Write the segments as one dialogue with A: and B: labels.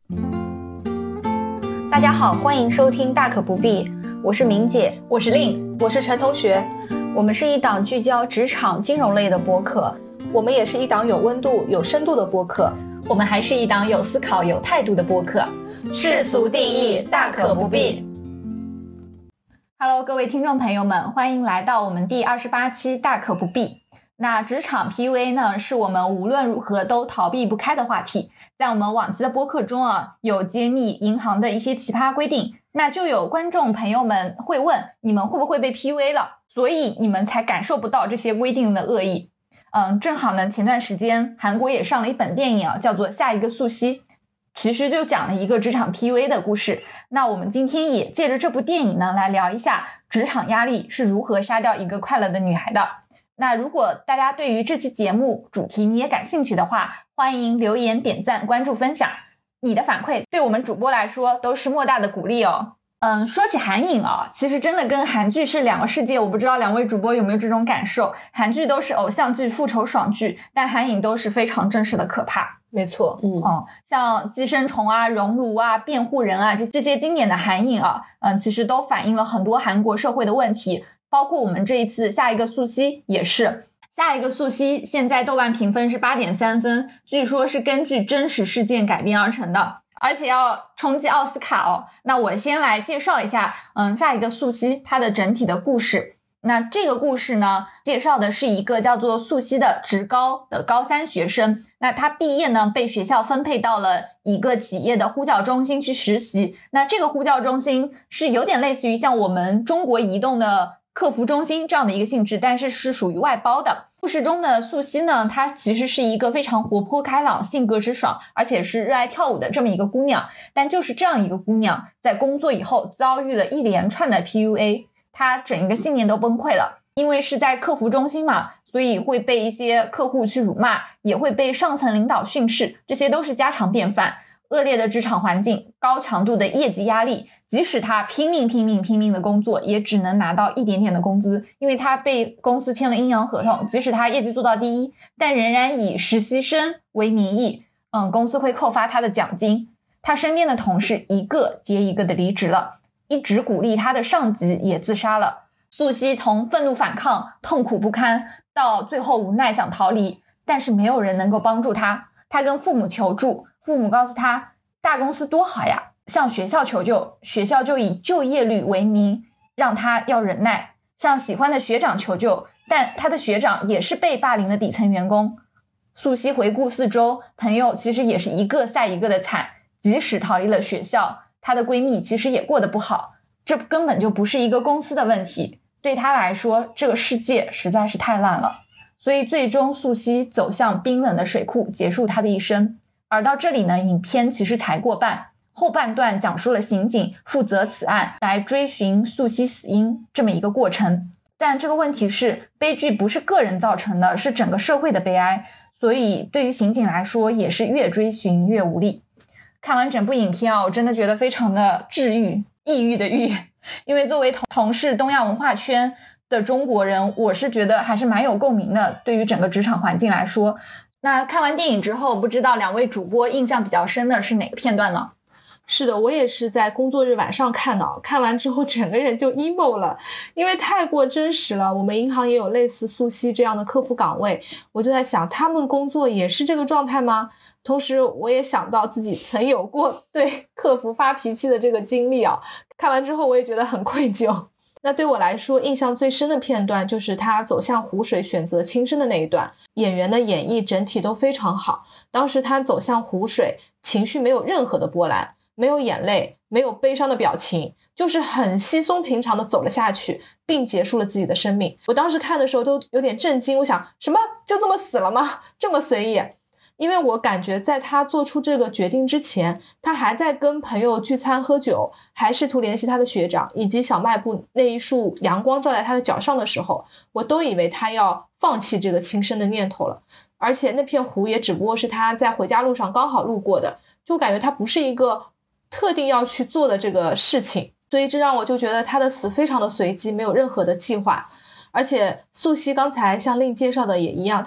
A: 大家好，欢迎收听大可不必，我是明姐，
B: 我是令，
C: 我是陈同学。
A: 我们是一档聚焦职场金融类的播客，
C: 我们也是一档有温度有深度的播客，
B: 我们还是一档有思考有态度的播客，
C: 世俗定义大可不必。
B: Hello， 各位听众朋友们，欢迎来到我们第28期大可不必。那职场 PUA 呢，是我们无论如何都逃避不开的话题。在我们往期的播客中有揭秘银行的一些奇葩规定，那就有观众朋友们会问，你们会不会被 PUA 了？所以你们才感受不到这些规定的恶意。正好呢，前段时间韩国也上了一本电影叫做《下一个素汐》，其实就讲了一个职场 PUA 的故事。那我们今天也借着这部电影呢，来聊一下职场压力是如何杀掉一个快乐的女孩的。那如果大家对于这期节目主题你也感兴趣的话，欢迎留言、点赞、关注、分享。你的反馈对我们主播来说都是莫大的鼓励哦。说起韩影其实真的跟韩剧是两个世界，我不知道两位主播有没有这种感受。韩剧都是偶像剧、复仇爽剧，但韩影都是非常真实的可怕。
C: 没错，
B: 像寄生虫熔炉辩护人这些经典的韩影其实都反映了很多韩国社会的问题，包括我们这一次下一个素汐也是。下一个素汐现在豆瓣评分是 8.3 分，据说是根据真实事件改编而成的，而且要冲击奥斯卡那我先来介绍一下下一个素汐它的整体的故事。那这个故事呢，介绍的是一个叫做素汐的职高的高3学生，那他毕业呢，被学校分配到了一个企业的呼叫中心去实习。那这个呼叫中心是有点类似于像我们中国移动的客服中心这样的一个性质，但是是属于外包的。故事中的素汐呢，她其实是一个非常活泼开朗、性格直爽，而且是热爱跳舞的这么一个姑娘。但就是这样一个姑娘，在工作以后遭遇了一连串的 PUA， 她整一个信念都崩溃了。因为是在客服中心嘛，所以会被一些客户去辱骂，也会被上层领导训斥，这些都是家常便饭。恶劣的职场环境，高强度的业绩压力，即使他拼命的工作，也只能拿到一点点的工资，因为他被公司签了阴阳合同，即使他业绩做到第一，但仍然以实习生为名义，公司会扣发他的奖金。他身边的同事一个接一个的离职了，一直鼓励他的上级也自杀了。素汐从愤怒反抗、痛苦不堪，到最后无奈想逃离，但是没有人能够帮助他。他跟父母求助，父母告诉他，大公司多好呀，向学校求救，学校就以就业率为名，让他要忍耐。向喜欢的学长求救，但他的学长也是被霸凌的底层员工。素汐回顾四周，朋友其实也是一个赛一个的惨，即使逃离了学校，她的闺蜜其实也过得不好。这根本就不是一个公司的问题，对她来说，这个世界实在是太烂了。所以最终素汐走向冰冷的水库，结束她的一生。而到这里呢，影片其实才过半，后半段讲述了刑警负责此案来追寻素汐死因这么一个过程。但这个问题是，悲剧不是个人造成的，是整个社会的悲哀，所以对于刑警来说也是越追寻越无力。看完整部影片我真的觉得非常的治愈，抑郁的郁。因为作为同是东亚文化圈的中国人，我是觉得还是蛮有共鸣的，对于整个职场环境来说。那看完电影之后，不知道两位主播印象比较深的是哪个片段呢？
C: 是的，我也是在工作日晚上看的，看完之后整个人就 emo 了，因为太过真实了。我们银行也有类似素汐这样的客服岗位，我就在想，他们工作也是这个状态吗？同时我也想到自己曾有过对客服发脾气的这个经历看完之后我也觉得很愧疚。那对我来说印象最深的片段就是他走向湖水选择轻生的那一段，演员的演绎整体都非常好。当时他走向湖水，情绪没有任何的波澜，没有眼泪，没有悲伤的表情，就是很稀松平常的走了下去，并结束了自己的生命。我当时看的时候都有点震惊，我想什么就这么死了吗？这么随意？因为我感觉在他做出这个决定之前，他还在跟朋友聚餐喝酒，还试图联系他的学长，以及小卖部那一束阳光照在他的脚上的时候，我都以为他要放弃这个轻生的念头了。而且那片湖也只不过是他在回家路上刚好路过的，就感觉他不是一个特定要去做的这个事情，所以这让我就觉得他的死非常的随机，没有任何的计划。而且素汐刚才像令介绍的也一样，他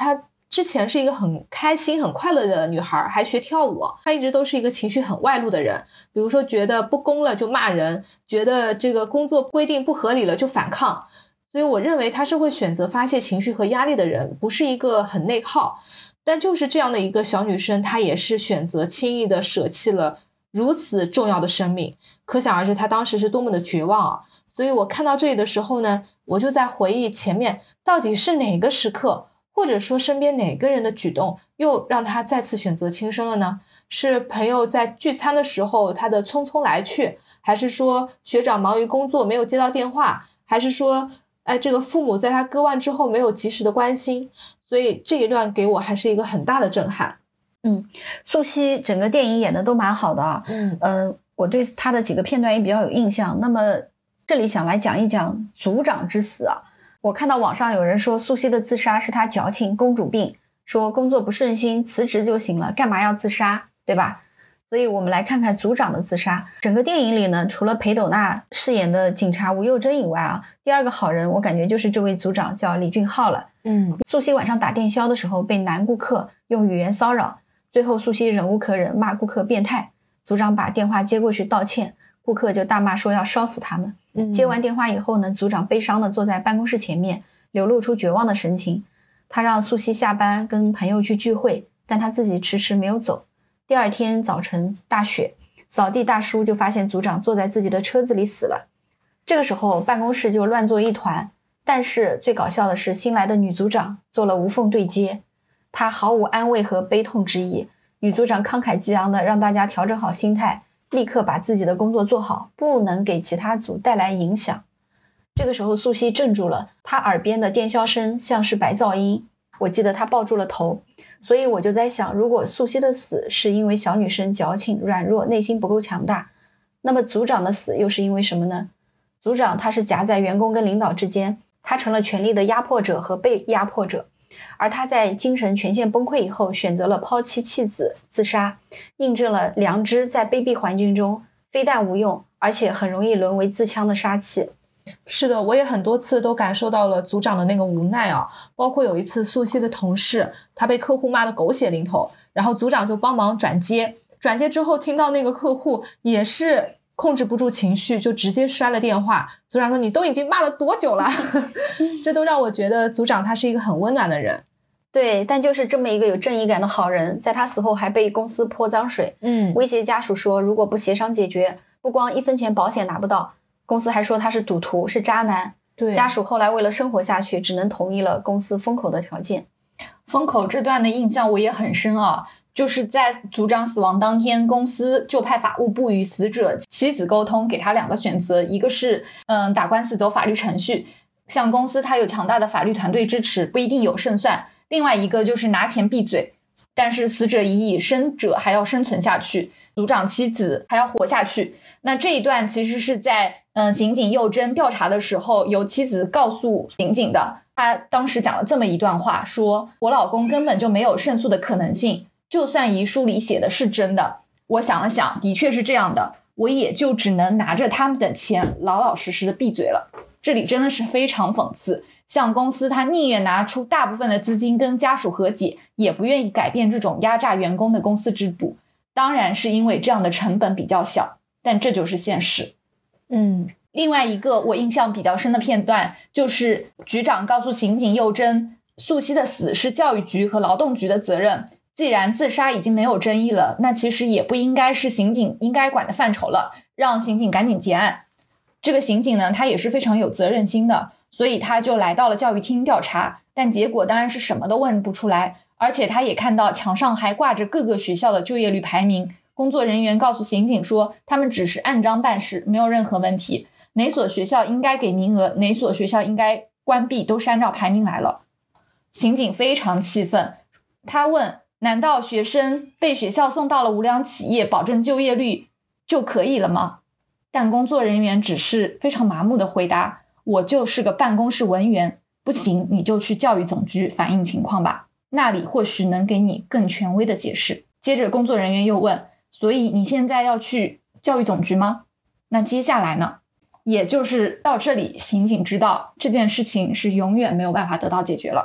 C: 之前是一个很开心很快乐的女孩，还学跳舞，她一直都是一个情绪很外露的人，比如说觉得不公了就骂人，觉得这个工作规定不合理了就反抗，所以我认为她是会选择发泄情绪和压力的人，不是一个很内耗。但就是这样的一个小女生，她也是选择轻易的舍弃了如此重要的生命，可想而知她当时是多么的绝望啊！所以我看到这里的时候呢，我就在回忆前面到底是哪个时刻，或者说身边哪个人的举动又让她再次选择轻生了呢？是朋友在聚餐的时候她的匆匆来去，还是说学长忙于工作没有接到电话，还是说这个父母在她割腕之后没有及时的关心？所以这一段给我还是一个很大的震撼。
A: 素汐整个电影演的都蛮好的啊。我对她的几个片段也比较有印象。那么这里想来讲一讲组长之死啊。我看到网上有人说素汐的自杀是她矫情公主病，说工作不顺心辞职就行了，干嘛要自杀，对吧？所以我们来看看组长的自杀。整个电影里呢，除了裴斗娜饰演的警察吴幼珍以外啊，第二个好人我感觉就是这位组长叫李俊浩了。素汐晚上打电销的时候被男顾客用语言骚扰，最后素汐忍无可忍，骂顾客变态，组长把电话接过去道歉，顾客就大骂说要烧死他们。接完电话以后呢，组长悲伤的坐在办公室前面，流露出绝望的神情。他让素汐下班跟朋友去聚会，但他自己迟迟没有走。第二天早晨大雪，扫地大叔就发现组长坐在自己的车子里死了。这个时候办公室就乱作一团，但是最搞笑的是新来的女组长做了无缝对接，她毫无安慰和悲痛之意。女组长慷慨激昂的让大家调整好心态，立刻把自己的工作做好，不能给其他组带来影响。这个时候素汐怔住了，她耳边的电销声像是白噪音，我记得她抱住了头。所以我就在想，如果素汐的死是因为小女生矫情软弱，内心不够强大，那么组长的死又是因为什么呢？组长他是夹在员工跟领导之间，他成了权力的压迫者和被压迫者，而他在精神全线崩溃以后选择了抛妻弃子自杀，印证了良知在卑鄙环境中非但无用，而且很容易沦为自戕的杀器。
C: 是的，我也很多次都感受到了组长的那个无奈啊，包括有一次素汐的同事他被客户骂得狗血淋头，然后组长就帮忙转接之后，听到那个客户也是控制不住情绪，就直接摔了电话。组长说你都已经骂了多久了这都让我觉得组长他是一个很温暖的人。
A: 对，但就是这么一个有正义感的好人，在他死后还被公司泼脏水，威胁家属说如果不协商解决，不光1分钱保险拿不到，公司还说他是赌徒是渣男。
C: 对，
A: 家属后来为了生活下去，只能同意了公司封口的条件。
B: 封口这段的印象我也很深啊，就是在组长死亡当天，公司就派法务部与死者妻子沟通，给他2个选择，一个是打官司走法律程序，像公司他有强大的法律团队支持，不一定有胜算，另外一个就是拿钱闭嘴，但是死者已矣，生者还要生存下去，组长妻子还要活下去。那这一段其实是在刑警幼珍调查的时候由妻子告诉刑警的，他当时讲了这么一段话，说我老公根本就没有胜诉的可能性，就算遗书里写的是真的，我想了想的确是这样的，我也就只能拿着他们的钱老老实实的闭嘴了。这里真的是非常讽刺，像公司他宁愿拿出大部分的资金跟家属和解，也不愿意改变这种压榨员工的公司制度，当然是因为这样的成本比较小，但这就是现实。另外一个我印象比较深的片段，就是局长告诉刑警幼珍，素汐的死是教育局和劳动局的责任，既然自杀已经没有争议了，那其实也不应该是刑警应该管的范畴了，让刑警赶紧结案。这个刑警呢，他也是非常有责任心的，所以他就来到了教育厅调查，但结果当然是什么都问不出来，而且他也看到墙上还挂着各个学校的就业率排名，工作人员告诉刑警说他们只是按章办事，没有任何问题，哪所学校应该给名额，哪所学校应该关闭，都是按照排名来了。刑警非常气愤，他问难道学生被学校送到了无良企业保证就业率就可以了吗？但工作人员只是非常麻木的回答，我就是个办公室文员，不行你就去教育总局反映情况吧，那里或许能给你更权威的解释。接着工作人员又问，所以你现在要去教育总局吗？那接下来呢？也就是到这里，刑警知道这件事情是永远没有办法得到解决了。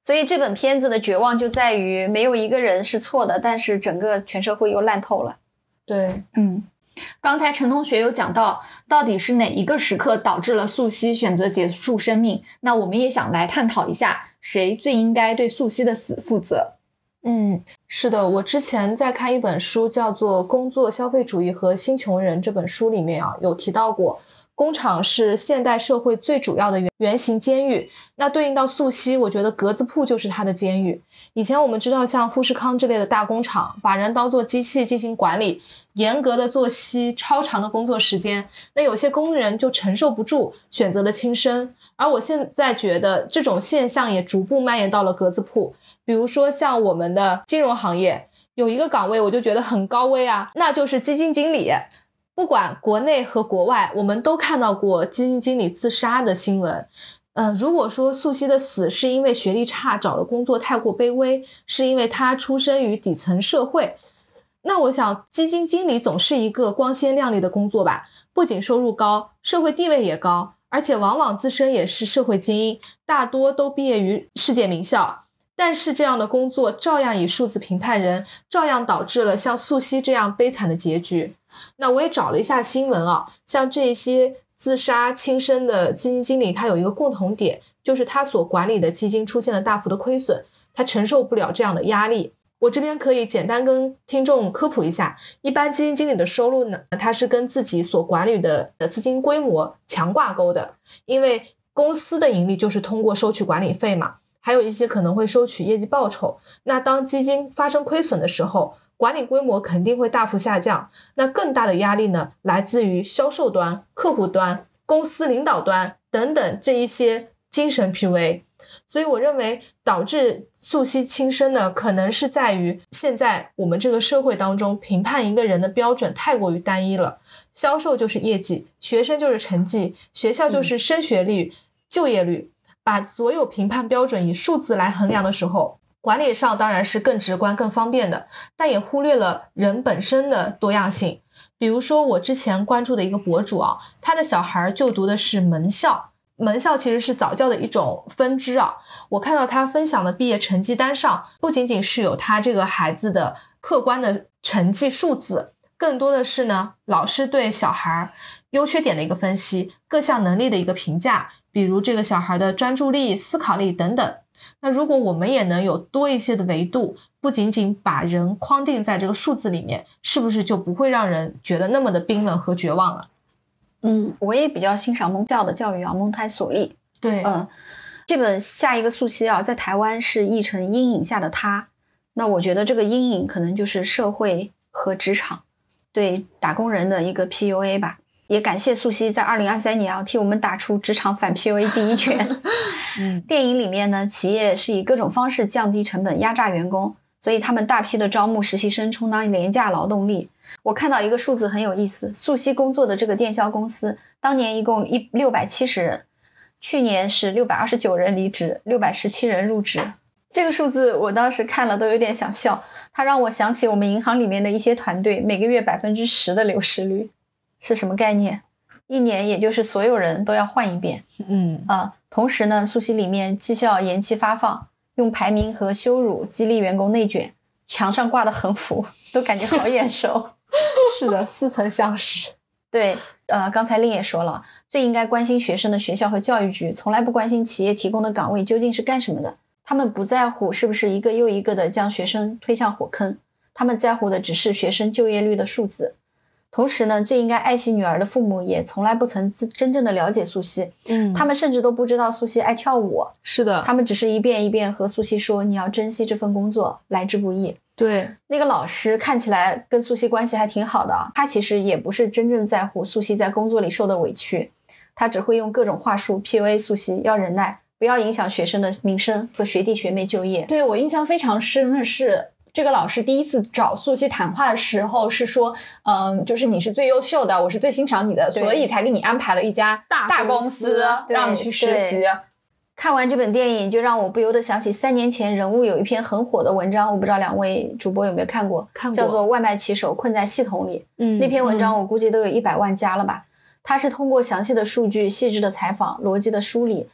A: 所以这本片子的绝望就在于没有一个人是错的，但是整个全社会又烂透了。
C: 对，
B: 刚才陈同学有讲到底是哪一个时刻导致了素汐选择结束生命，那我们也想来探讨一下谁最应该对素汐的死负责。
C: 是的，我之前在看一本书叫做《工作、消费主义和新穷人》，这本书里面有提到过，工厂是现代社会最主要的原型监狱，那对应到素汐，我觉得格子铺就是它的监狱。以前我们知道像富士康之类的大工厂，把人当作机器进行管理，严格的作息，超长的工作时间，那有些工人就承受不住，选择了轻生。而我现在觉得这种现象也逐步蔓延到了格子铺，比如说像我们的金融行业，有一个岗位我就觉得很高危啊，那就是基金经理。不管国内和国外，我们都看到过基金经理自杀的新闻。如果说素汐的死是因为学历差，找的工作太过卑微，是因为她出身于底层社会，那我想基金经理总是一个光鲜亮丽的工作吧，不仅收入高，社会地位也高，而且往往自身也是社会精英，大多都毕业于世界名校。但是这样的工作照样以数字评判人，照样导致了像素汐这样悲惨的结局。那我也找了一下新闻像这些自杀轻生的基金经理，他有一个共同点，就是他所管理的基金出现了大幅的亏损，他承受不了这样的压力。我这边可以简单跟听众科普一下，一般基金经理的收入呢，它是跟自己所管理的资金规模强挂钩的，因为公司的盈利就是通过收取管理费嘛，还有一些可能会收取业绩报酬。那当基金发生亏损的时候，管理规模肯定会大幅下降，那更大的压力呢，来自于销售端、客户端、公司领导端等等这一些精神 PUA。 所以我认为导致素汐轻生呢，可能是在于现在我们这个社会当中评判一个人的标准太过于单一了，销售就是业绩，学生就是成绩，学校就是升学率、就业率，把所有评判标准以数字来衡量的时候，管理上当然是更直观更方便的，但也忽略了人本身的多样性。比如说我之前关注的一个博主他的小孩就读的是门校，门校其实是早教的一种分支我看到他分享的毕业成绩单上，不仅仅是有他这个孩子的客观的成绩数字，更多的是呢老师对小孩优缺点的一个分析，各项能力的一个评价，比如这个小孩的专注力、思考力等等。那如果我们也能有多一些的维度，不仅仅把人框定在这个数字里面，是不是就不会让人觉得那么的冰冷和绝望了？
A: 我也比较欣赏蒙教的教育蒙台梭利。
C: 对，
A: 这本下一个素汐在台湾是译成阴影下的她。那我觉得这个阴影可能就是社会和职场对打工人的一个 PUA 吧。也感谢素汐在2023年替我们打出职场反 PUA 第一拳。电影里面呢，企业是以各种方式降低成本，压榨员工，所以他们大批的招募实习生充当廉价劳动力。我看到一个数字很有意思，素汐工作的这个电销公司当年一共670人，去年是629人离职，617人入职。这个数字我当时看了都有点想笑，它让我想起我们银行里面的一些团队每个月10%的流失率是什么概念？一年也就是所有人都要换一遍。同时呢，素汐里面绩效延期发放，用排名和羞辱激励员工内卷，墙上挂的横幅都感觉好眼熟。
C: 是的，似曾相识。
A: 对，刚才令也说了，最应该关心学生的学校和教育局从来不关心企业提供的岗位究竟是干什么的，他们不在乎是不是一个又一个的将学生推向火坑，他们在乎的只是学生就业率的数字。同时呢，最应该爱惜女儿的父母也从来不曾真正的了解素汐，他们甚至都不知道素汐爱跳舞。
C: 是的，
A: 他们只是一遍一遍和素汐说，你要珍惜这份工作，来之不易。
C: 对，
A: 那个老师看起来跟素汐关系还挺好的，他其实也不是真正在乎素汐在工作里受的委屈，他只会用各种话术 PUA 素汐，要忍耐，不要影响学生的名声和学弟学妹就业。
B: 对，我印象非常深的是这个老师第一次找素汐谈话的时候是说，就是你是最优秀的，我是最欣赏你的，所以才给你安排了一家大公司让你去实习。
A: 看完这本电影就让我不由得想起3年前人物有一篇很火的文章，我不知道2位主播有没有看过，叫做外卖骑手困在系统里。那篇文章我估计都有100万加了吧。它是通过详细的数据、细致的采访、逻辑的梳理，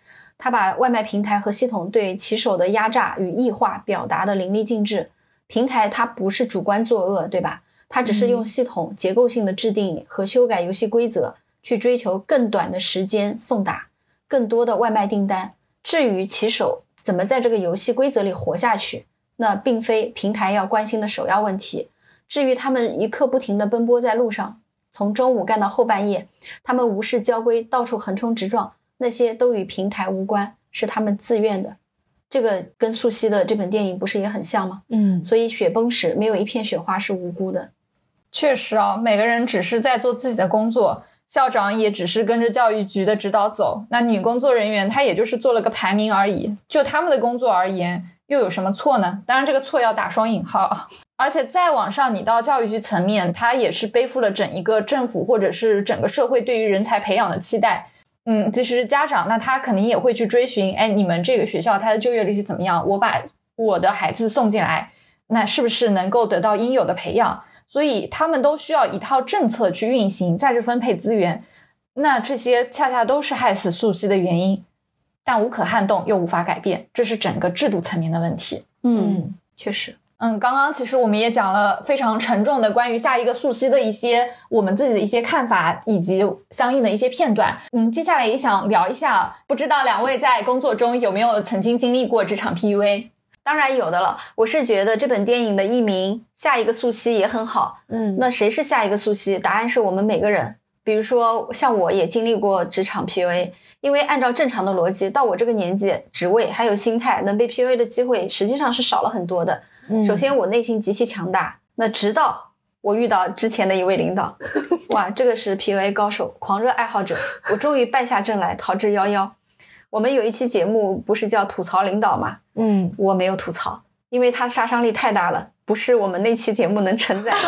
A: 他把外卖平台和系统对骑手的压榨与异化表达的淋漓尽致。平台它不是主观作恶，对吧？它只是用系统结构性的制定和修改游戏规则，去追求更短的时间送达，更多的外卖订单。至于骑手怎么在这个游戏规则里活下去，那并非平台要关心的首要问题。至于他们一刻不停地奔波在路上，从中午干到后半夜，他们无视交规，到处横冲直撞，那些都与平台无关，是他们自愿的。这个跟素汐的这本电影不是也很像吗？所以雪崩时没有一片雪花是无辜的。
B: 确实啊，每个人只是在做自己的工作，校长也只是跟着教育局的指导走，那女工作人员她也就是做了个排名而已，就他们的工作而言又有什么错呢？当然这个错要打双引号。而且再往上你到教育局层面，它也是背负了整一个政府或者是整个社会对于人才培养的期待。即使是家长，那他肯定也会去追寻，你们这个学校它的就业率是怎么样，我把我的孩子送进来，那是不是能够得到应有的培养？所以他们都需要一套政策去运行，再去分配资源，那这些恰恰都是害死素汐的原因，但无可撼动又无法改变，这是整个制度层面的问题。
A: 确实。
B: 刚刚其实我们也讲了非常沉重的关于下一个素汐的一些我们自己的一些看法以及相应的一些片段。接下来也想聊一下，不知道两位在工作中有没有曾经经历过职场 PUA？
A: 当然有的了，我是觉得这本电影的译名下一个素汐也很好。那谁是下一个素汐？答案是我们每个人。比如说像我也经历过职场 PUA， 因为按照正常的逻辑，到我这个年纪，职位还有心态能被 PUA 的机会实际上是少了很多的。首先我内心极其强大，那直到我遇到之前的一位领导，哇，这个是 PUA 高手，狂热爱好者，我终于败下阵来，逃之夭夭。我们有一期节目不是叫吐槽领导吗？我没有吐槽，因为他杀伤力太大了，不是我们那期节目能承载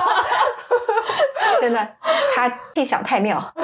A: 真的，他配想太妙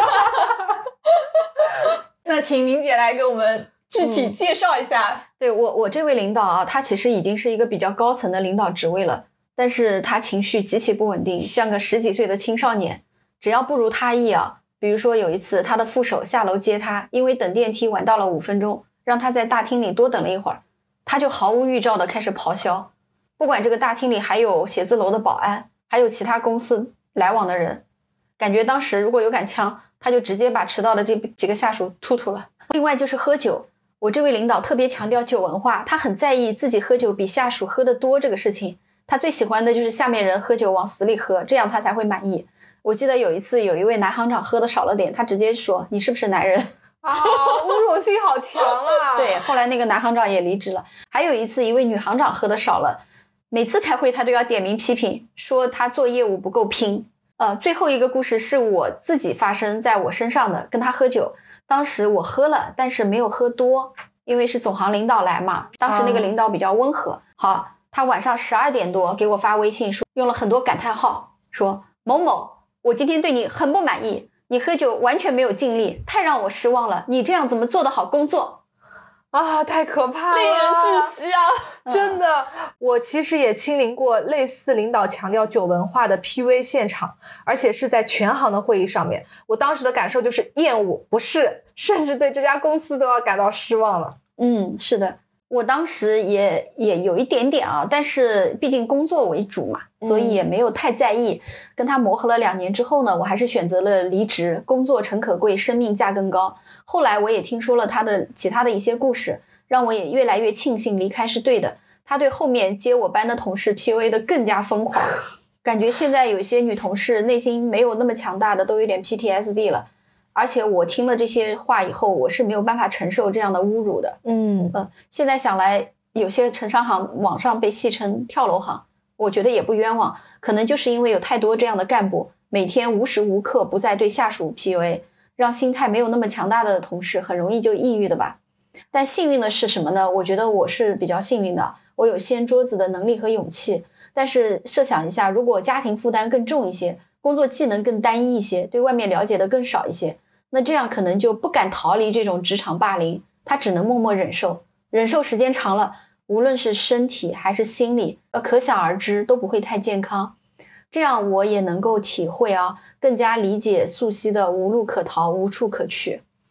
B: 那请明姐来给我们具体介绍一下。
A: 对，我这位领导啊，他其实已经是一个比较高层的领导职位了，但是他情绪极其不稳定，像个10几岁的青少年，只要不如他意啊。比如说有一次他的副手下楼接他，因为等电梯晚到了5分钟，让他在大厅里多等了一会儿，他就毫无预兆的开始咆哮，不管这个大厅里还有写字楼的保安，还有其他公司来往的人，感觉当时如果有杆枪，他就直接把迟到的这几个下属突突了。另外就是喝酒，我这位领导特别强调酒文化，他很在意自己喝酒比下属喝得多这个事情，他最喜欢的就是下面人喝酒往死里喝，这样他才会满意。我记得有一次有一位男行长喝的少了点，他直接说你是不是男人
C: 侮辱性好强啊
A: 对，后来那个男行长也离职了。还有一次一位女行长喝的少了，每次开会他都要点名批评，说他做业务不够拼。最后一个故事是我自己发生在我身上的，跟他喝酒，当时我喝了但是没有喝多，因为是总行领导来嘛，当时那个领导比较温和。好，他晚上12点多给我发微信，说用了很多感叹号，说某某，我今天对你很不满意，你喝酒完全没有尽力，太让我失望了，你这样怎么做得好工作
C: 太可怕了，
B: 令人窒息啊
C: 真的。我其实也亲临过类似领导强调酒文化的 PUA 现场，而且是在全行的会议上面，我当时的感受就是厌恶，不是，甚至对这家公司都要感到失望了。
A: 是的，我当时也有一点点啊，但是毕竟工作为主嘛，所以也没有太在意。跟他磨合了2年之后呢，我还是选择了离职，工作诚可贵，生命价更高。后来我也听说了他的其他的一些故事，让我也越来越庆幸离开是对的。他对后面接我班的同事 PUA 的更加疯狂，感觉现在有一些女同事内心没有那么强大的都有点 PTSD 了。而且我听了这些话以后，我是没有办法承受这样的侮辱的。现在想来，有些城商行网上被戏称跳楼行，我觉得也不冤枉，可能就是因为有太多这样的干部，每天无时无刻不在对下属 PUA， 让心态没有那么强大的同事很容易就抑郁的吧。但幸运的是什么呢？我觉得我是比较幸运的，我有掀桌子的能力和勇气。但是设想一下，如果家庭负担更重一些，工作技能更单一一些，对外面了解的更少一些，那这样可能就不敢逃离这种职场霸凌，他只能默默忍受，忍受时间长了，无论是身体还是心理，可想而知都不会太健康。这样我也能够体会更加理解素汐的无路可逃，无处可去。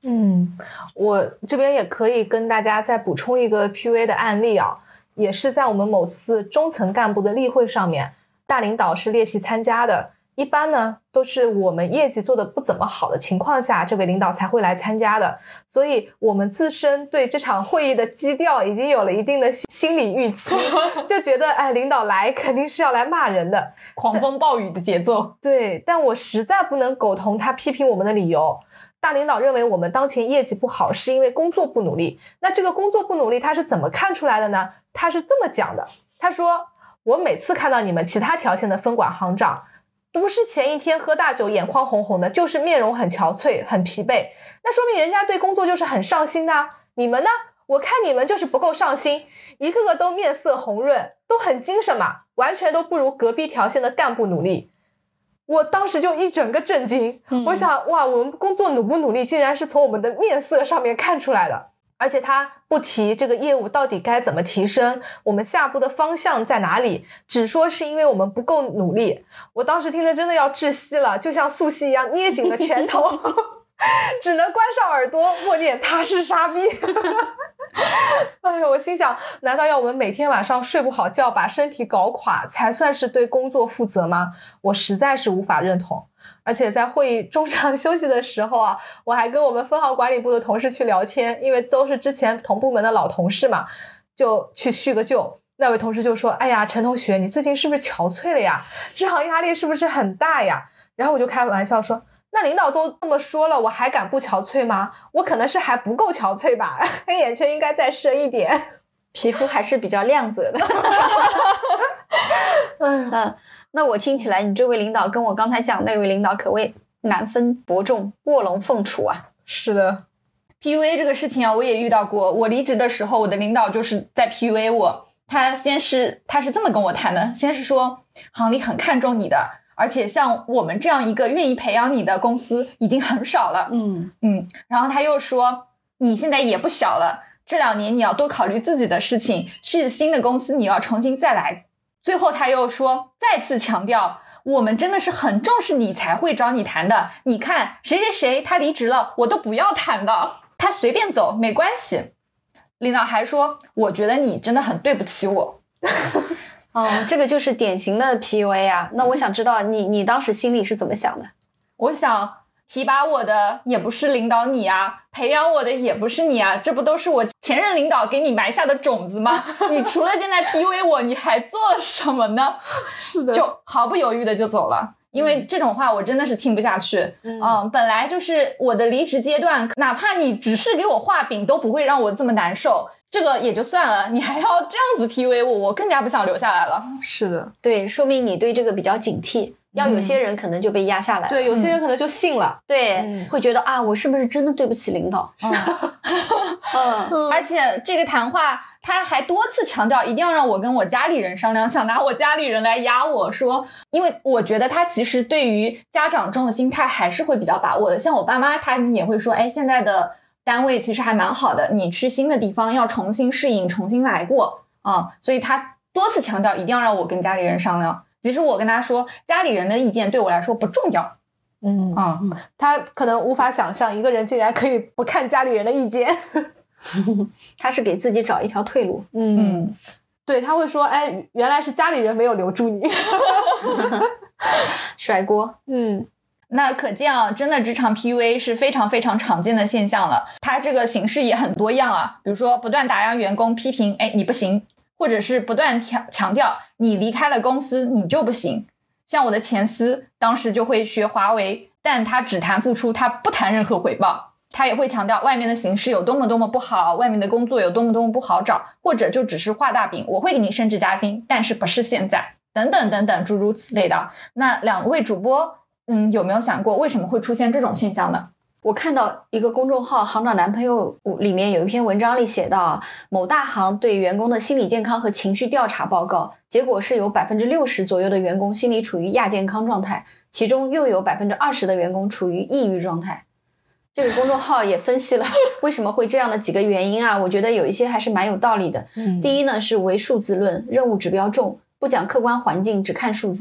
C: 我这边也可以跟大家再补充一个 PUA 的案例啊，也是在我们某次中层干部的例会上面，大领导是列席参加的。一般呢都是我们业绩做的不怎么好的情况下，这位领导才会来参加的，所以我们自身对这场会议的基调已经有了一定的心理预期，就觉得领导来肯定是要来骂人的，
B: 狂风暴雨的节奏。
C: 对，但我实在不能苟同他批评我们的理由。大领导认为我们当前业绩不好是因为工作不努力，那这个工作不努力他是怎么看出来的呢？他是这么讲的，他说我每次看到你们其他条线的分管行长，不是前一天喝大酒眼眶红红的，就是面容很憔悴很疲惫，那说明人家对工作就是很上心的啊。你们呢？我看你们就是不够上心，一个个都面色红润，都很精神嘛，完全都不如隔壁条线的干部努力。我当时就一整个震惊，我想哇，我们工作努不努力竟然是从我们的面色上面看出来的。而且他不提这个业务到底该怎么提升，我们下步的方向在哪里，只说是因为我们不够努力。我当时听得真的要窒息了，就像素汐一样捏紧了拳头只能关上耳朵默念他是傻逼哎呦，我心想难道要我们每天晚上睡不好觉把身体搞垮才算是对工作负责吗？我实在是无法认同。而且在会议中场休息的时候啊，我还跟我们分行管理部的同事去聊天，因为都是之前同部门的老同事嘛，就去叙个旧。那位同事就说，哎呀，陈同学，你最近是不是憔悴了呀？职场压力是不是很大呀？然后我就开玩笑说，那领导都这么说了，我还敢不憔悴吗？我可能是还不够憔悴吧，黑眼圈应该再深一点，
A: 皮肤还是比较亮泽的那我听起来你这位领导跟我刚才讲那位领导可谓难分伯仲，卧龙凤雏啊。
C: 是的，
B: PUA 这个事情啊，我也遇到过。我离职的时候，我的领导就是在 PUA 我。他是这么跟我谈的，先是说行里很看重你的，而且像我们这样一个愿意培养你的公司已经很少了。然后他又说你现在也不小了，这2年你要多考虑自己的事情，去新的公司你要重新再来。最后他又说，再次强调我们真的是很重视你才会找你谈的，你看谁谁谁他离职了我都不要谈的，他随便走没关系。领导还说我觉得你真的很对不起我
A: 这个就是典型的 PUA 啊。那我想知道你当时心里是怎么想的？
B: 我想提拔我的也不是领导你啊，培养我的也不是你啊，这不都是我前任领导给你埋下的种子吗？你除了现在 PUA 我你还做了什么呢？
C: 是的，
B: 就毫不犹豫的就走了。因为这种话我真的是听不下去。本来就是我的离职阶段，哪怕你只是给我画饼都不会让我这么难受，这个也就算了，你还要这样子 PUA 我更加不想留下来了。
C: 是的，
A: 对，说明你对这个比较警惕，要有些人可能就被压下来了。
C: 对，有些人可能就信了。
A: 对，会觉得啊，我是不是真的对不起领导？
B: 而且这个谈话他还多次强调一定要让我跟我家里人商量，想拿我家里人来压我说，因为我觉得他其实对于家长这种心态还是会比较把握的。像我爸妈他们也会说，现在的单位其实还蛮好的，你去新的地方要重新适应，重新来过所以他多次强调一定要让我跟家里人商量。其实我跟他说家里人的意见对我来说不重要。
C: 他可能无法想象一个人竟然可以不看家里人的意见
A: 他是给自己找一条退路。
C: 对，他会说原来是家里人没有留住你
A: 甩锅。
B: 那可见啊，真的职场 PUA 是非常非常常见的现象了。它这个形式也很多样啊，比如说不断打压员工，批评你不行，或者是不断强调你离开了公司你就不行。像我的前司当时就会学华为，但他只谈付出，他不谈任何回报。他也会强调外面的形势有多么多么不好，外面的工作有多么多么不好找，或者就只是画大饼，我会给你升职加薪，但是不是现在，等等等等诸如此类的。那2位主播有没有想过为什么会出现这种现象呢？
A: 我看到一个公众号行长男朋友里面有一篇文章里写到，某大行对员工的心理健康和情绪调查报告，结果是有 60% 左右的员工心理处于亚健康状态，其中又有 20% 的员工处于抑郁状态。这个公众号也分析了为什么会这样的几个原因啊，我觉得有一些还是蛮有道理的。第一呢是唯数字论，任务指标重，不讲客观环境，只看数字。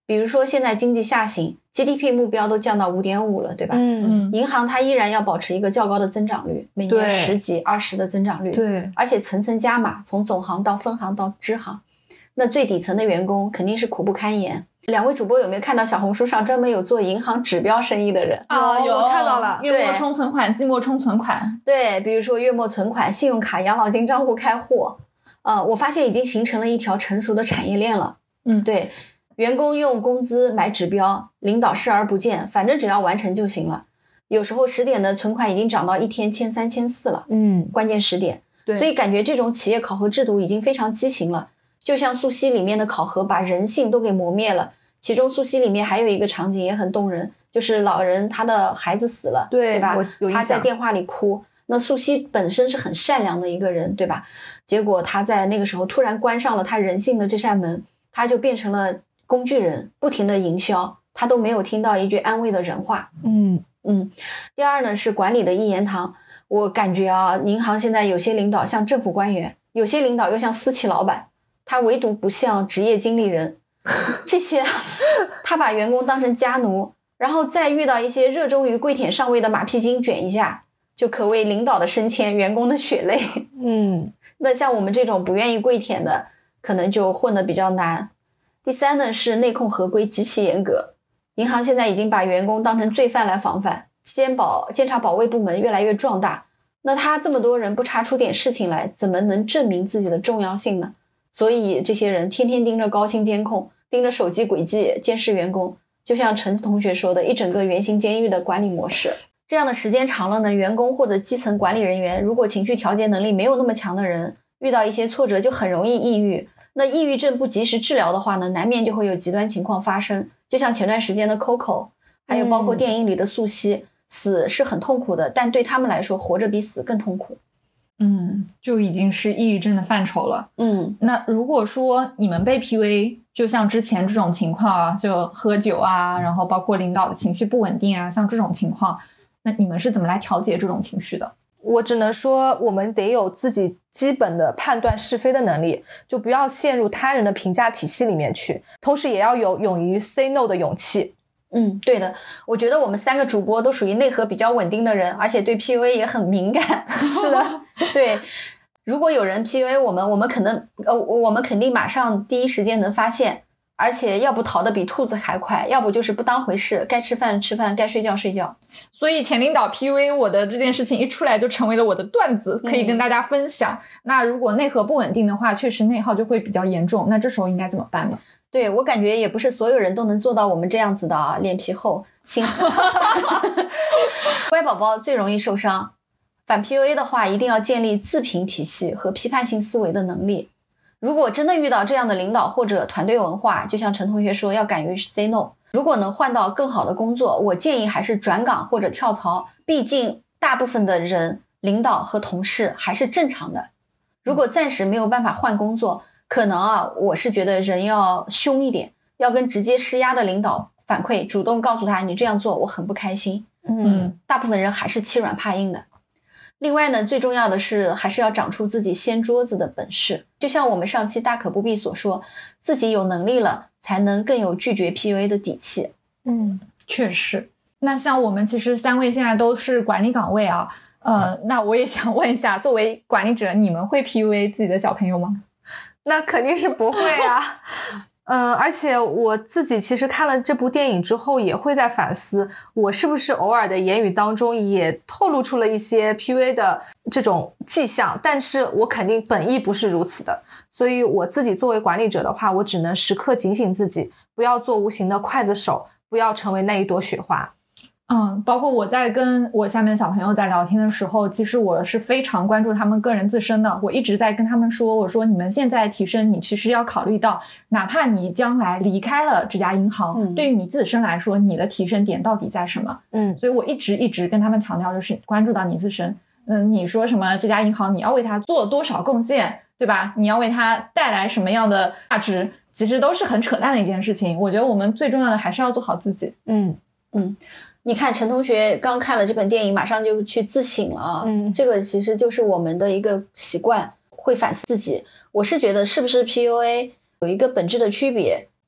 A: 比如说现在经济下行 GDP 目标都降到 5.5 了，对吧？银行它依然要保持一个较高的增长率，每年10几20的增长率，
C: 对，
A: 而且层层加码，从总行到分行到支行，那最底层的员工肯定是苦不堪言。2位主播有没有看到小红书上专门有做银行指标生意的人？
B: 有
C: 我看到了，
B: 月末充存款、季末充存款，
A: 对，比如说月末存款、信用卡、养老金账户开户，我发现已经形成了一条成熟的产业链了。对，员工用工资买指标，领导视而不见，反正只要完成就行了。有时候10点的存款已经涨到一天1300、1400了，关键10点。
C: 对，
A: 所以感觉这种企业考核制度已经非常畸形了，就像素汐里面的考核把人性都给磨灭了。其中素汐里面还有一个场景也很动人，就是老人他的孩子死了，对吧？他在电话里哭，那素汐本身是很善良的一个人，对吧？结果他在那个时候突然关上了他人性的这扇门，他就变成了工具人，不停的营销，他都没有听到一句安慰的人话。第二呢是管理的一言堂，我感觉啊，银行现在有些领导像政府官员，有些领导又像私企老板，他唯独不像职业经理人。这些他把员工当成家奴，然后再遇到一些热衷于跪舔上位的马屁精卷一下，就可谓领导的升迁，员工的血泪。那像我们这种不愿意跪舔的，可能就混得比较难。第三呢是内控合规极其严格，银行现在已经把员工当成罪犯来防范，监察保卫部门越来越壮大，那他这么多人不查出点事情来，怎么能证明自己的重要性呢？所以这些人天天盯着高清监控，盯着手机轨迹监视员工，就像陈子同学说的，一整个圆形监狱的管理模式。这样的时间长了呢，员工或者基层管理人员如果情绪调节能力没有那么强的人，遇到一些挫折就很容易抑郁，那抑郁症不及时治疗的话呢，难免就会有极端情况发生，就像前段时间的 Coco， 还有包括电影里的素汐，死是很痛苦的，但对他们来说活着比死更痛苦。
B: 就已经是抑郁症的范畴了。那如果说你们被 PUA， 就像之前这种情况啊，就喝酒啊，然后包括领导的情绪不稳定啊，像这种情况，那你们是怎么来调节这种情绪的？
C: 我只能说我们得有自己基本的判断是非的能力，就不要陷入他人的评价体系里面去，同时也要有勇于 say no 的勇气。
A: 对的，我觉得我们3个主播都属于内核比较稳定的人，而且对 PUA 也很敏感。
C: 是的，
A: 对，如果有人 PUA 我们，我们肯定马上第一时间能发现，而且要不逃得比兔子还快，要不就是不当回事，该吃饭吃饭，该睡觉睡觉。
B: 所以前领导 PUA 我的这件事情一出来就成为了我的段子，可以跟大家分享。那如果内核不稳定的话，确实内耗就会比较严重，那这时候应该怎么办呢？
A: 对，我感觉也不是所有人都能做到我们这样子的啊，脸皮厚，心狠。乖宝宝最容易受伤，反 PUA 的话一定要建立自评体系和批判性思维的能力。如果真的遇到这样的领导或者团队文化，就像陈同学说，要敢于 say no。如果能换到更好的工作，我建议还是转岗或者跳槽，毕竟大部分的人领导和同事还是正常的。如果暂时没有办法换工作，可能我是觉得人要凶一点，要跟直接施压的领导反馈，主动告诉他你这样做我很不开心。大部分人还是欺软怕硬的。另外呢，最重要的是还是要长出自己掀桌子的本事，就像我们上期大可不必所说，自己有能力了才能更有拒绝 PUA 的底气。
B: 确实。那像我们其实3位现在都是管理岗位啊，那我也想问一下，作为管理者，你们会 PUA 自己的小朋友吗？
C: 那肯定是不会啊。而且我自己其实看了这部电影之后也会在反思，我是不是偶尔的言语当中也透露出了一些 PUA 的这种迹象，但是我肯定本意不是如此的。所以我自己作为管理者的话，我只能时刻警醒自己，不要做无形的刽子手，不要成为那一朵雪花。
B: 包括我在跟我下面的小朋友在聊天的时候，其实我是非常关注他们个人自身的。我一直在跟他们说，我说你们现在提升，你其实要考虑到，哪怕你将来离开了这家银行，对于你自身来说，你的提升点到底在什么？所以我一直跟他们强调，就是关注到你自身。你说什么这家银行你要为它做多少贡献，对吧？你要为它带来什么样的价值，其实都是很扯淡的一件事情。我觉得我们最重要的还是要做好自己。
A: 你看陈同学刚看了这本电影，马上就去自省了啊。这个其实就是我们的一个习惯，会反思自己。我是觉得是不是 PUA 有一个本质的区别，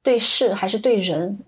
A: 对事还是对人。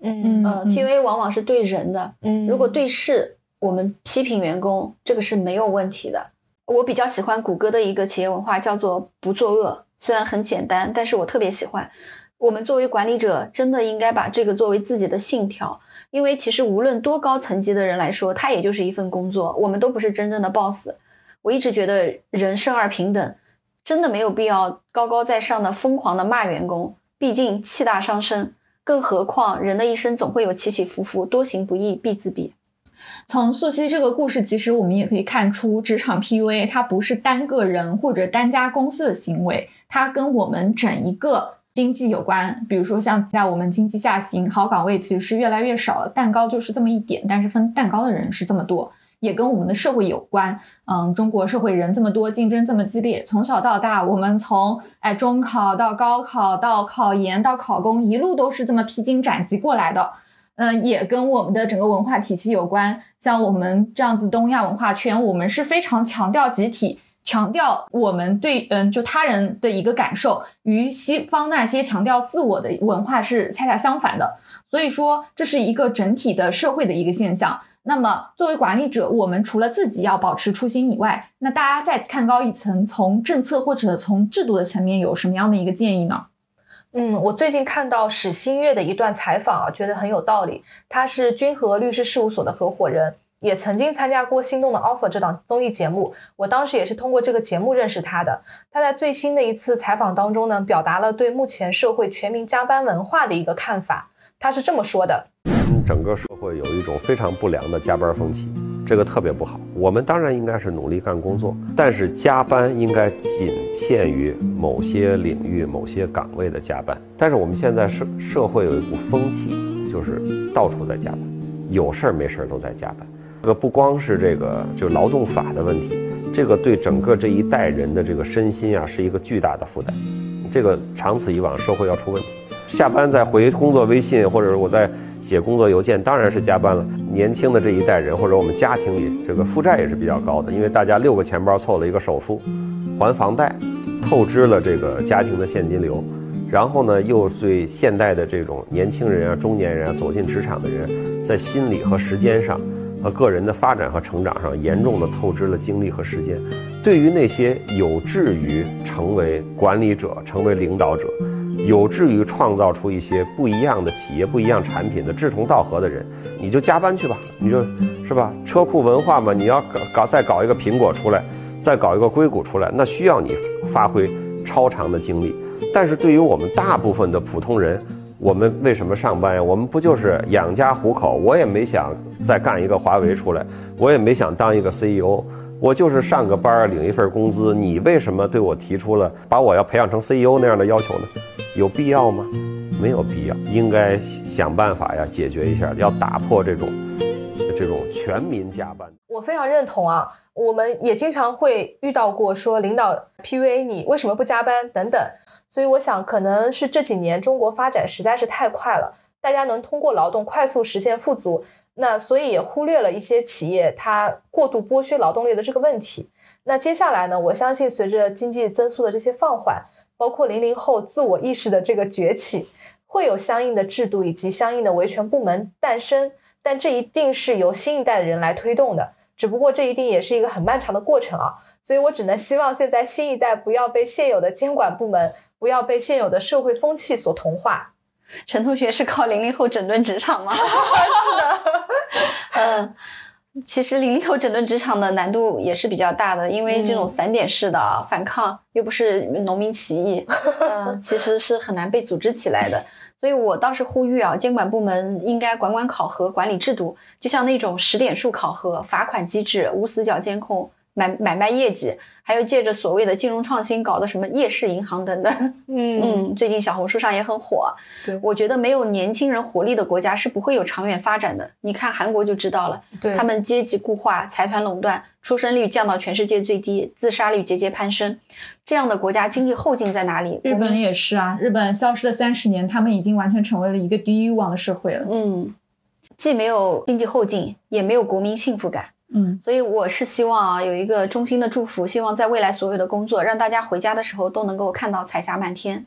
B: PUA
A: 往往是对人的。如果对事，我们批评员工，这个是没有问题的。我比较喜欢谷歌的一个企业文化，叫做不作恶，虽然很简单，但是我特别喜欢。我们作为管理者真的应该把这个作为自己的信条，因为其实无论多高层级的人来说，他也就是一份工作，我们都不是真正的 boss。 我一直觉得人生而平等，真的没有必要高高在上的疯狂的骂员工，毕竟气大伤身，更何况人的一生总会有起起伏伏，多行不义必自毙。
B: 从素汐这个故事，其实我们也可以看出，职场 PUA 它不是单个人或者单家公司的行为，它跟我们整一个经济有关。比如说像在我们经济下行，好岗位其实是越来越少了，蛋糕就是这么一点，但是分蛋糕的人是这么多，也跟我们的社会有关。中国社会人这么多，竞争这么激烈，从小到大我们从中考到高考到考研到考公，一路都是这么披荆斩棘过来的。也跟我们的整个文化体系有关。像我们这样子东亚文化圈，我们是非常强调集体，强调我们对就他人的一个感受，与西方那些强调自我的文化是恰恰相反的。所以说这是一个整体的社会的一个现象。那么作为管理者，我们除了自己要保持初心以外，那大家再看高一层，从政策或者从制度的层面有什么样的一个建议呢？
C: 我最近看到史新月的一段采访觉得很有道理。他是君和律师事务所的合伙人，也曾经参加过心动的 offer 这档综艺节目，我当时也是通过这个节目认识他的。他在最新的一次采访当中呢，表达了对目前社会全民加班文化的一个看法。他是这么说的：
D: 整个社会有一种非常不良的加班风气，这个特别不好。我们当然应该是努力干工作，但是加班应该仅限于某些领域某些岗位的加班。但是我们现在社会有一股风气，就是到处在加班，有事儿没事儿都在加班。这个不光是这个就劳动法的问题，这个对整个这一代人的这个身心啊是一个巨大的负担。这个长此以往，社会要出问题。下班再回工作微信，或者我在写工作邮件，当然是加班了。年轻的这一代人或者我们家庭里，这个负债也是比较高的，因为大家6个钱包凑了一个首付，还房贷，透支了这个家庭的现金流，然后呢又对现代的这种年轻人啊、中年人啊走进职场的人，在心理和时间上和个人的发展和成长上严重的透支了精力和时间。对于那些有志于成为管理者、成为领导者，有志于创造出一些不一样的企业、不一样产品的志同道合的人，你就加班去吧，你就是吧，车库文化嘛，你要再搞一个苹果出来，再搞一个硅谷出来，那需要你发挥超长的精力。但是对于我们大部分的普通人，我们为什么上班呀？我们不就是养家糊口？我也没想再干一个华为出来，我也没想当一个 CEO， 我就是上个班领一份工资。你为什么对我提出了把我要培养成 CEO 那样的要求呢？有必要吗？没有必要，应该想办法呀，解决一下，要打破这种全民加班。
C: 我非常认同啊，我们也经常会遇到过说领导 PUA 你为什么不加班等等。所以我想可能是这几年中国发展实在是太快了，大家能通过劳动快速实现富足，那所以也忽略了一些企业它过度剥削劳动力的这个问题。那接下来呢，我相信随着经济增速的这些放缓，包括00后自我意识的这个崛起，会有相应的制度以及相应的维权部门诞生，但这一定是由新一代的人来推动的，只不过这一定也是一个很漫长的过程啊。所以我只能希望现在新一代不要被现有的监管部门，不要被现有的社会风气所同化。
A: 陈同学是靠00后整顿职场吗？
C: 是
A: 的。其实00后整顿职场的难度也是比较大的，因为这种散点式的反抗又不是农民起义，其实是很难被组织起来的。所以我倒是呼吁啊，监管部门应该管考核、管理制度，就像那种10点数考核、罚款机制、无死角监控、买卖业绩，还有借着所谓的金融创新搞的什么夜市银行等等。最近小红书上也很火。
C: 对，
A: 我觉得没有年轻人活力的国家是不会有长远发展的。你看韩国就知道了，
C: 对，
A: 他们阶级固化、财团垄断，出生率降到全世界最低，自杀率节节攀升。这样的国家经济后劲在哪里？
B: 日本也是啊，日本消失了30年，他们已经完全成为了一个低欲望的社会了。
A: 既没有经济后劲，也没有国民幸福感。所以我是希望啊，有一个衷心的祝福，希望在未来所有的工作，让大家回家的时候都能够看到彩霞满天。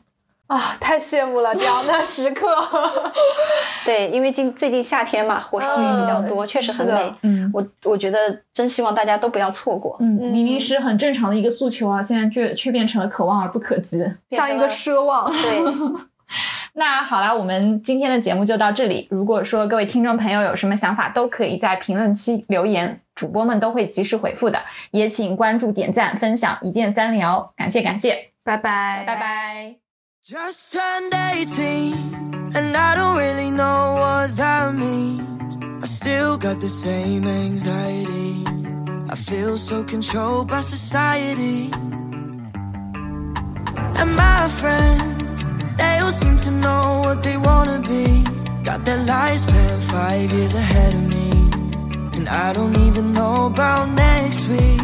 C: 啊，太羡慕了这样的时刻。
A: 对，因为最近夏天嘛，火烧云比较多，确实很美。我觉得真希望大家都不要错过。
B: 明明是很正常的一个诉求啊，现在却变成了可望而不可及，
C: 像一个奢望。
A: 对。
B: 那好了，我们今天的节目就到这里。如果说各位听众朋友有什么想法，都可以在评论区留言，主播们都会及时回复的。也请关注、点赞、分享，一键三聊，感谢，
C: 拜拜，
B: 拜拜。
E: Just turned 18 and I don't really know what that means. I still got the same anxiety. I feel so controlled by society. And my friends, they all seem to know what they wanna be. Got their lives planned 5 years ahead of me. And I don't even know about next week.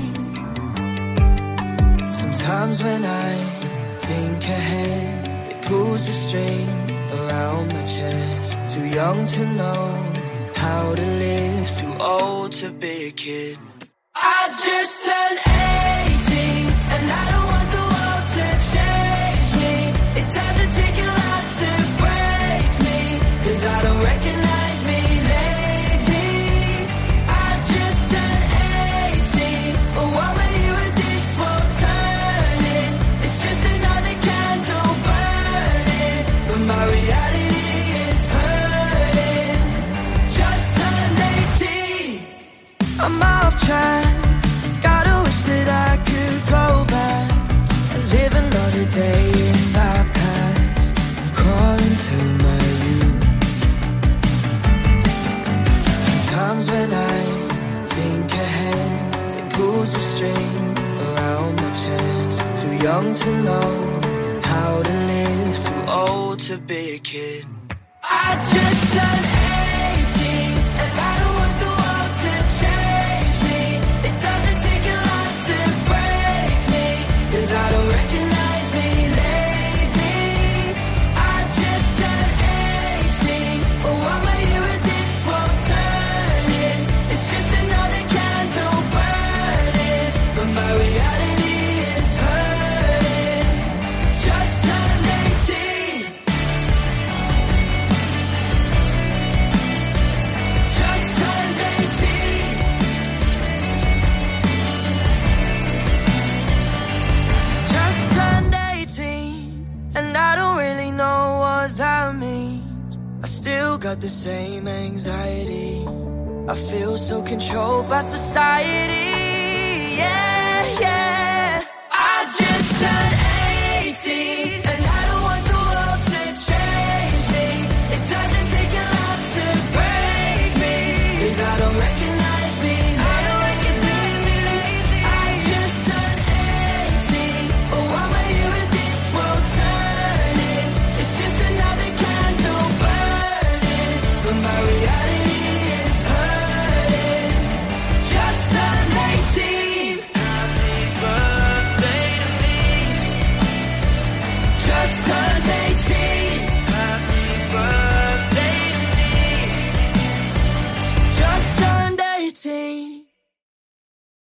E: Sometimes when I think ahead, pulls the string around my chest. Too young to know how to live, too old to be a kid. I just turned 18 and I don't want the world to change me. It doesn't take a lot to break me, 'cause I don't recognize me lately. I just turned 18, but while we're here with this world turning, it's just another candle burning. But my reality is hurting. Just turned 18. I'm off track. Gotta wish that I could go back and live another day in my past. Crawling to my youth. Sometimes when I think ahead, it pulls a string around my chest. Too young to know how to live, too old to be a kid. I just turned 18 and I don't want the world to change me. It doesn't take a lot to break me, 'cause I don't recognize me lately. I just turned 18, but while we're here with this world turning, it's just another candle burning. But my reality is hurting. Just turned 18. Just turned 18. Just turned 18 and I don't really know what that means. I still got the same anxiety. I feel so controlled by society. Yeah.